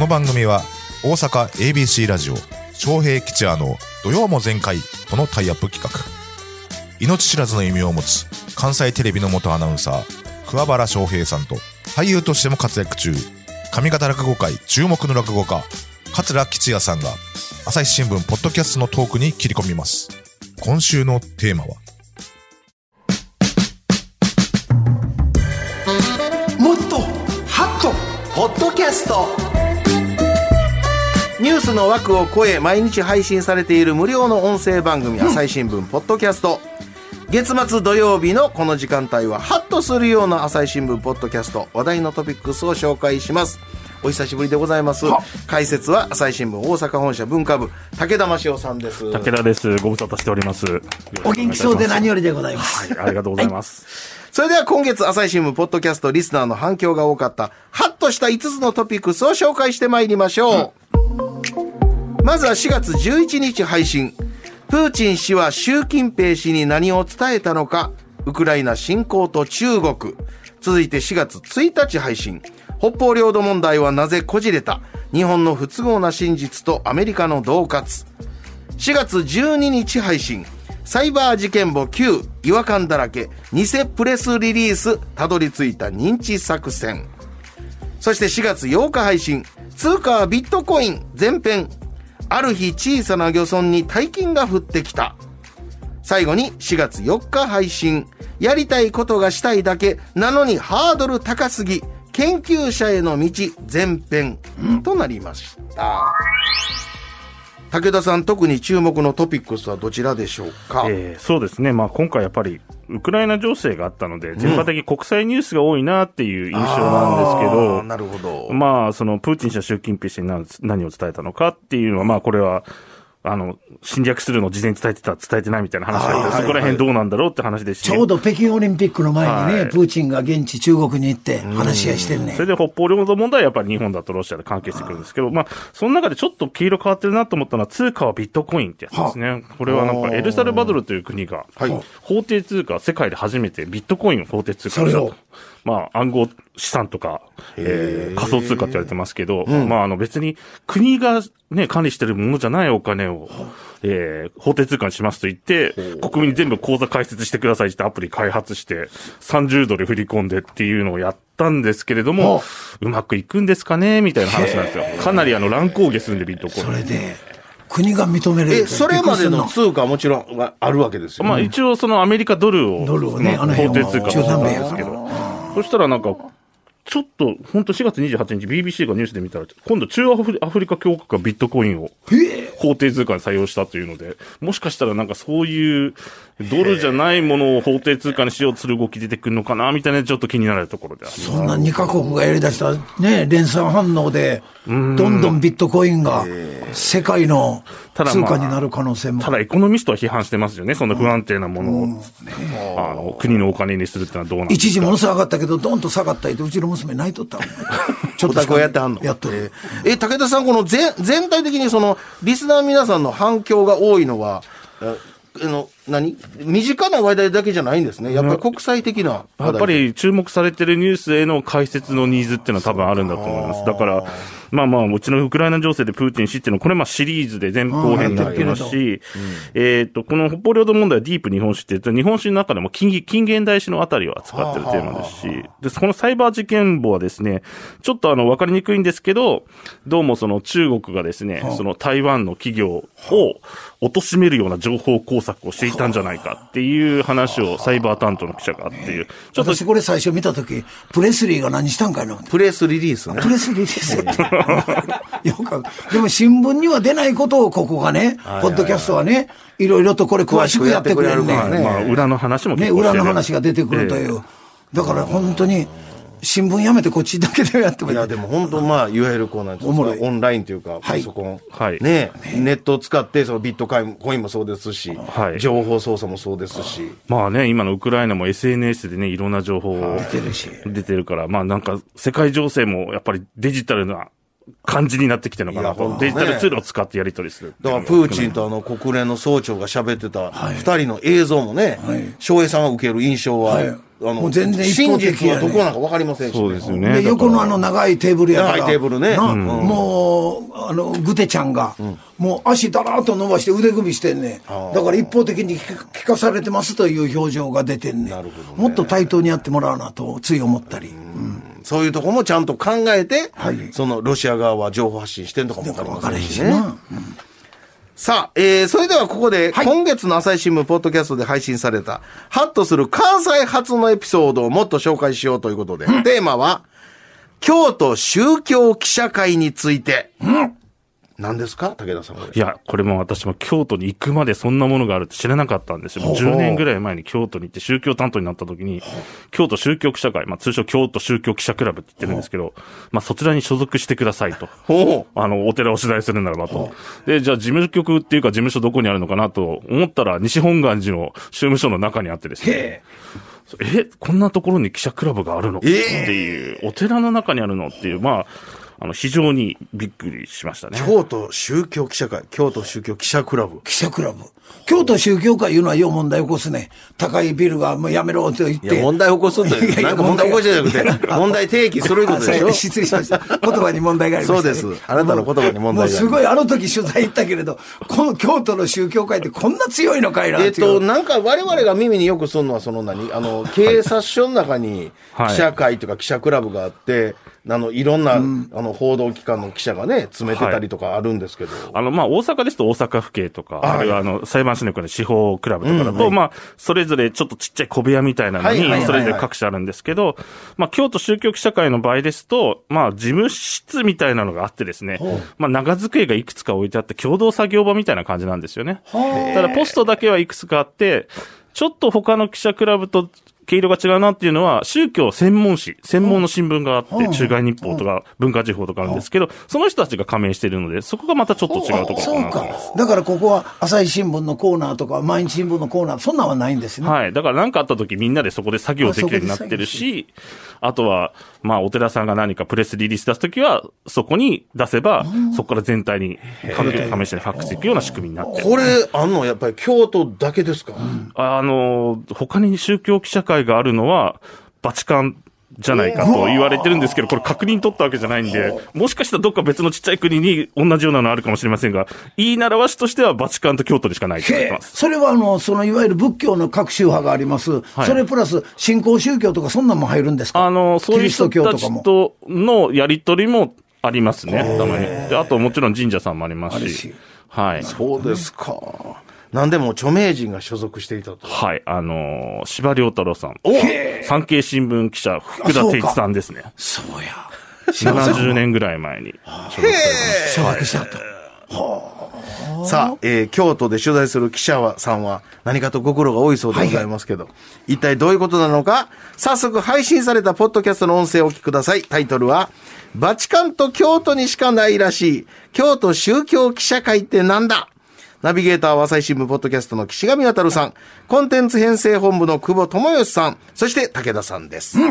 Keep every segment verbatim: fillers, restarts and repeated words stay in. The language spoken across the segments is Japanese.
の番組は大阪 エービーシー ラジオ昌平吉也の土曜も全開とのタイアップ企画、命知らずの異名を持つ関西テレビの元アナウンサー桑原昌平さんと、俳優としても活躍中上方落語界注目の落語家桂吉也さんが朝日新聞ポッドキャストのトークに切り込みます。今週のテーマは、 もっとハッとポッドキャスト。ニュースの枠を超え毎日配信されている無料の音声番組、朝日新聞ポッドキャスト。月末土曜日のこの時間帯はハッとするような朝日新聞ポッドキャスト、話題のトピックスを紹介します。お久しぶりでございます。解説は朝日新聞大阪本社文化部武田真雄さんです。 武田です。ご無沙汰しております。 お元気そうで何よりでございます。 はい、ありがとうございます。 はい、それでは今月朝日新聞ポッドキャストリスナーの反響が多かったハッとしたいつつのトピックスを紹介してまいりましょう。うん、まずはしがつじゅういちにち配信、プーチン氏は習近平氏に何を伝えたのか、ウクライナ侵攻と中国。続いてしがつついたち配信、北方領土問題はなぜこじれた、日本の不都合な真実とアメリカの恫喝。しがつじゅうににち配信、サイバー事件簿きゅう、違和感だらけ、偽プレスリリース、たどり着いた認知作戦。そしてしがつようか配信、通貨はビットコイン前編、ある日小さな漁村に大金が降ってきた。最後にしがつよっか配信、やりたいことがしたいだけなのにハードル高すぎ、研究者への道前編となりました。武田さん、特に注目のトピックスはどちらでしょうか。 えー、そうですね、まあ、今回やっぱりウクライナ情勢があったので、全般的に国際ニュースが多いなっていう印象なんですけど、 うん、なるほど。 まあ、そのプーチン氏は習近平氏に何、何を伝えたのかっていうのは、まあ、これはあの侵略するのを事前に伝えてた伝えてないみたいな話があって、はいはいはい、そこら辺どうなんだろうって話ですし、 ちょうど北京オリンピックの前にね、はい、プーチンが現地中国に行って話し合いしてるね。 それで北方領土問題はやっぱり日本だとロシアで関係してくるんですけど、まあその中でちょっと黄色変わってるなと思ったのは、通貨はビットコインってやつですね。これはなんかエルサルバドルという国が法定通貨、世界で初めてビットコインを法定通貨にしたと。まあ、暗号資産とか、えー、仮想通貨って言われてますけど、うん、まあ、あの別に国がね、管理してるものじゃないお金を、えー、法定通貨にしますと言って、国民に全部口座開設してくださいってアプリ開発して、さんじゅうドル振り込んでっていうのをやったんですけれども、うまくいくんですかねみたいな話なんですよ。かなりあの乱高下するんで、ビットコイン。 それで、国が認める。 え、それまでの通貨はもちろんあるわけですよね。 まあ一応そのアメリカドルを、 ドルをね、 法定通貨としてたんですけど、そしたらなんか、ちょっと、ほんとしがつにじゅうはちにち ビービーシー がニュースで見たら、今度中アフリ、アフリカ共和国がビットコインを法定通貨に採用したというので、もしかしたらなんかそういうドルじゃないものを法定通貨にしようとする動き出てくるのかなみたいな、ちょっと気になるところである。 そんなにカ国がやり出したね、連鎖反応で、どんどんビットコインが世界の通貨になる可能性も。 ただ、まあ、ただエコノミストは批判してますよね。そんな不安定なものを、うんね、あの国のお金にするってのはどうなんですか。 一時ものすごく上がったけど、どんと下がったりと、うちの娘泣いとったもん。 ちょっとだけやってはんの。 やっとる。 えー、武田さん、この全全体的にそのリスナー皆さんの反響が多いのは、あの何身近な話題だけじゃないんですね。やっぱり国際的な話題。 やっぱり注目されてるニュースへの解説のニーズっていうのは多分あるんだと思います。だから、まあまあ、うちのウクライナ情勢でプーチン氏っていうのは、これまあシリーズで前後編になってますし、えっと、この北方領土問題はディープ日本史って言うと、日本史の中でも近近現代史のあたりを扱ってるテーマですし、で、このサイバー事件簿はですね、ちょっとあの、わかりにくいんですけど、どうもその中国がですね、その台湾の企業を貶めるような情報工作をしていたんじゃないかっていう話をサイバー担当の記者があっていう。 ちょっと私これ最初見たとき、プレスリーが何したんかいな。 プレスリリースね。 プレスリリース。よくでも新聞には出ないことをここがね、ポッドキャストはね、いろいろとこれ詳しくやってくれるね。 まあ、裏の話もね、裏の話が出てくるという。だから本当に、新聞やめてこっちだけでやってもいい。 いやでも本当まあいわゆるこうなんていうかオンラインというかパソコン、はい、ね、ネットを使ってそのビットコインもそうですし、はい、情報操作もそうですし、 まあね今のウクライナも エスエヌエス でねいろんな情報を出てるし出てるからまあなんか世界情勢もやっぱりデジタルな感じになってきてるのかなと、ね、デジタルツールを使ってやり取りする。 だからプーチンとあの国連の総長が喋ってた二人の映像もね、翔、はい、平さんが受ける印象は、はい、あのもう全然一方的やね、真実はどこなのか分かりませんし、ね、 そうですよね。 で横のあの長いテーブルやから、 長いテーブルね、 うん、もうあのグテちゃんが、うん、もう足だらーっと伸ばして腕組みしてんね、だから一方的に聞かされてますという表情が出てんね。なるほどね。もっと対等にやってもらうなとつい思ったり、うん、 そういうとこもちゃんと考えて、はい、そのロシア側は情報発信してんのかも分かりませんしね。うん、さあ、えー、それではここで、はい、今月の朝日新聞ポッドキャストで配信されたハッとする関西発のエピソードをもっと紹介しようということで、うん、テーマは京都宗教記者会について、うん、何ですか武田さん。 いや、これも私も京都に行くまでそんなものがあるって知らなかったんですよ。もうじゅうねんぐらい前に京都に行って宗教担当になった時に、京都宗教記者会、まあ通称京都宗教記者クラブって言ってるんですけど、まあそちらに所属してくださいと。あの、お寺を取材するならばと。で、じゃあ事務局っていうか事務所どこにあるのかなと思ったら、西本願寺の宗務所の中にあってですね。え、こんなところに記者クラブがあるのっていう、お寺の中にあるのっていう、まあ、あの、非常にびっくりしましたね。 京都宗教記者会、京都宗教記者クラブ。 記者クラブ。京都宗教会いうのはよう問題起こすね。高いビルがもうやめろって言って。 いや、問題起こすという。なんか問題起こしじゃなくて、問題提起することでしょ。 失礼しました。言葉に問題がありました、ね。 そうです。あなたの言葉に問題がある。もうすごい、あの時取材行ったけれど、この京都の宗教会ってこんな強いのかいなっていう。 えっと、なんか我々が耳によくするのは、その何あの、警察署の中に記者会とか記者クラブがあって、あの、いろんな、うん、あの、報道機関の記者がね、詰めてたりとかあるんですけど。はい、 あの、まあ、大阪ですと大阪府警とか、あるいはあの、裁判所の横の司法クラブとかだと、うんはい、まあ、それぞれちょっとちっちゃい小部屋みたいなのに、それぞれ各社あるんですけど、まあ、京都宗教記者会の場合ですと、まあ、事務室みたいなのがあってですね、まあ、長机がいくつか置いてあって、共同作業場みたいな感じなんですよね。ただ、ポストだけはいくつかあって、ちょっと他の記者クラブと、毛色が違うなっていうのは、宗教専門誌、専門の新聞があって、中外日報とか文化時報とかあるんですけど、その人たちが加盟しているので、そこがまたちょっと違うところかなと思います。 そうか。だからここは朝日新聞のコーナーとか、毎日新聞のコーナー、そんなんはないんですね。 はい。だから何かあった時みんなでそこで作業できるようになってるし、あとは、まあ、お寺さんが何かプレスリリース出すときは、そこに出せば、そこから全体に関係加盟してファックスいくような仕組みになってる。 これ、あんのやっぱり京都だけですか？うん、 あの、他に宗教記者会があるのは、バチカンじゃないかと言われてるんですけど、これ確認取ったわけじゃないんで、もしかしたらどっか別のちっちゃい国に同じようなのあるかもしれませんが、言い習わしとしてはバチカンと京都でしかないと言われてます。 それはあの、そのいわゆる仏教の各宗派があります。はい、それプラス新興宗教とかそんなんも入るんですか？ あの、そういう人たちとのやりとりもありますね、たまに。で、あともちろん神社さんもありますし。はい。 そうですか。何でも著名人が所属していたと。 はい。あのー、司馬遼太郎さん。産経新聞記者、福田哲一さんですね。 そうや。 ななじゅうねんぐらい前に所属したと。 さあ、えー、京都で取材する記者さんは何かとご苦労が多いそうでございますけど、はいはい、一体どういうことなのか、早速配信されたポッドキャストの音声をお聞きください。タイトルは、バチカンと京都にしかないらしい、京都宗教記者会ってなんだ？ナビゲーターは朝日新聞ポッドキャストの岸上渉さん、コンテンツ編成本部の久保智義さん、そして武田さんです。うん、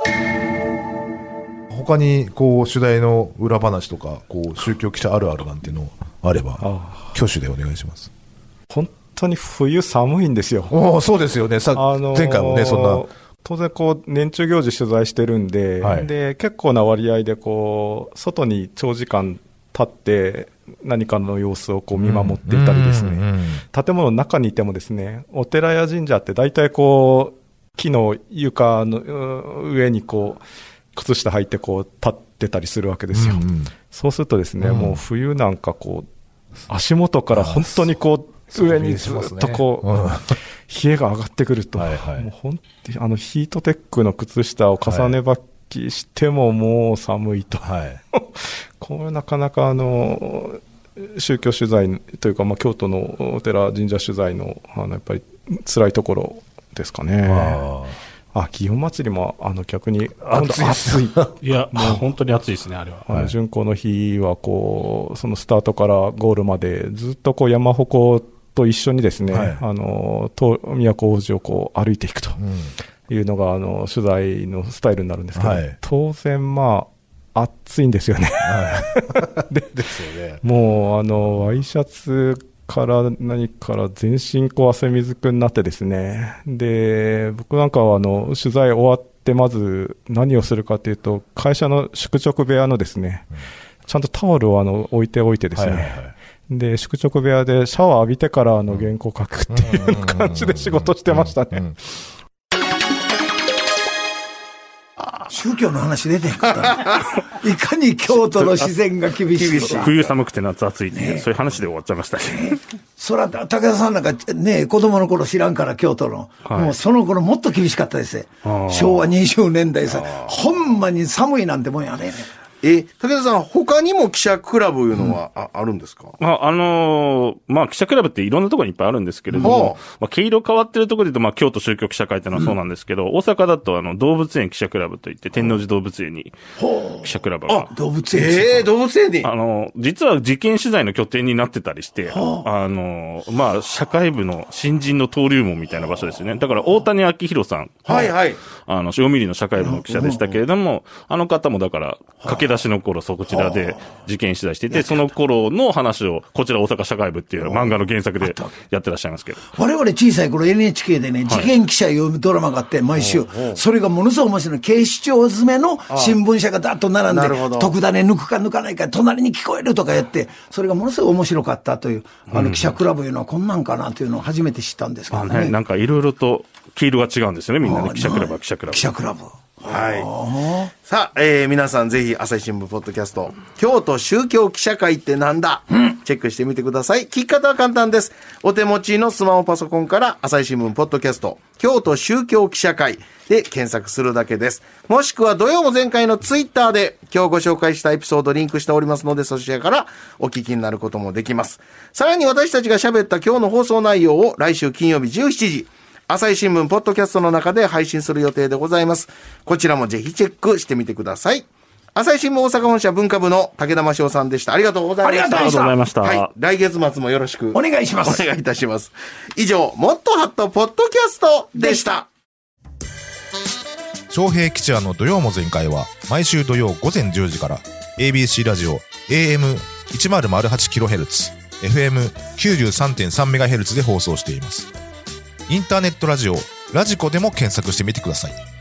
他にこう取材の裏話とか、こう宗教記者あるあるなんていうのあれば、挙手でお願いします。 本当に冬寒いんですよ。 おそうですよね。さ、あのー、前回もねそんな。 当然こう年中行事取材してるんで、はい、で結構な割合でこう外に長時間立って何かの様子をこう見守っていたりですね、うんうんうん、建物の中にいてもですね、お寺や神社って大体こう木の床の上にこう靴下履いてこう立ってたりするわけですよ、うんうん、そうするとですね、うん、もう冬なんかこう足元から本当にこう上にずっとこう、うん、冷えが上がってくると、はいはい、もう本当にあのヒートテックの靴下を重ね履きしてももう寒いと、はい、これなかなかあの宗教取材というか、まあ、京都のお寺神社取材 の, あのやっぱり辛いところですかね。ああ、祇園祭りもあの逆に暑い暑いいやもう本当に暑いですね。あれはあの巡行の日はこうそのスタートからゴールまでずっとこう山鉾と一緒にですね、はい、あの都都大路をこう歩いていくというのが、うん、あの取材のスタイルになるんですけど、はい、当然まあ暑いんですよね。 でですよね。 もう、あの、ワイシャツから何から全身こう汗水くになってですね。で、僕なんかはあの、取材終わってまず何をするかというと、会社の宿直部屋のですね、うん、ちゃんとタオルをあの置いておいてですね、はいはいはい、で、宿直部屋でシャワー浴びてからあの原稿書くっていう感じで仕事してましたね。 宗教の話出てんかったいかに京都の自然が厳しいとか冬寒くて夏暑いって、ね、そういう話で終わっちゃいましたね。 ねそら武田さんなんかね子供の頃知らんから京都の、はい、もうその頃もっと厳しかったですね。昭和にじゅうねんだいさほんまに寒いなんてもんやね。 え、武田さん、他にも記者クラブいうのは あ,、うん、あるんですか？ まあ、あのー、まあ、記者クラブっていろんなところにいっぱいあるんですけれども、まあ、毛色変わってるところで言うと、まあ、京都宗教記者会っていうのはそうなんですけど、うん、大阪だと、あの、動物園記者クラブといって、天王寺動物園に記者クラブが。 あ、動物園えー、動物園にあの、実は事件取材の拠点になってたりして、あの、まあ、社会部の新人の登竜門みたいな場所ですよね。だから、大谷昭弘さん。 はいはい。 あの、よみりの社会部の記者でしたけれども、あの方もだから、駆け出しの頃、そここちらで事件取材していて、その頃の話を、こちら大阪社会部っていう漫画の原作でやってらっしゃいますけど。 我々小さい頃 エヌエイチケー でね、事件記者読むドラマがあって、毎週。それがものすごく面白い。警視庁詰めの新聞社がだっと並んで、特ダネ抜くか抜かないか、隣に聞こえるとかやって、それがものすごく面白かったという、あの記者クラブいうのはこんなんかなというのを初めて知ったんですけどね。 なんかいろいろと黄色が違うんですよね、みんなね。記者クラブは記者クラブ。 記者クラブ。 はい。さあ、えー、皆さんぜひ朝日新聞ポッドキャスト、京都宗教記者会ってなんだ、うん、チェックしてみてください。聞き方は簡単です。お手持ちのスマホパソコンから朝日新聞ポッドキャスト、京都宗教記者会で検索するだけです。もしくは土曜も前回のツイッターで今日ご紹介したエピソードリンクしておりますので、そちらからお聞きになることもできます。さらに私たちが喋った今日の放送内容を来週金曜日じゅうしちじ、朝日新聞ポッドキャストの中で配信する予定でございます。こちらもぜひチェックしてみてください。朝日新聞大阪本社文化部の武田真翔さんでした。ありがとうございました。 ありがとうございました。 はい。来月末もよろしくお願いします。 お願いいたします。以上、もっとハットポッドキャストでした。 昌平吉弥の土曜も全開は毎週土曜午前じゅうじから エービーシー ラジオ エーエムせんはちキロヘルツ、エフエムきゅうじゅうさんてんさんメガヘルツ で放送しています。インターネットラジオラジコでも検索してみてください。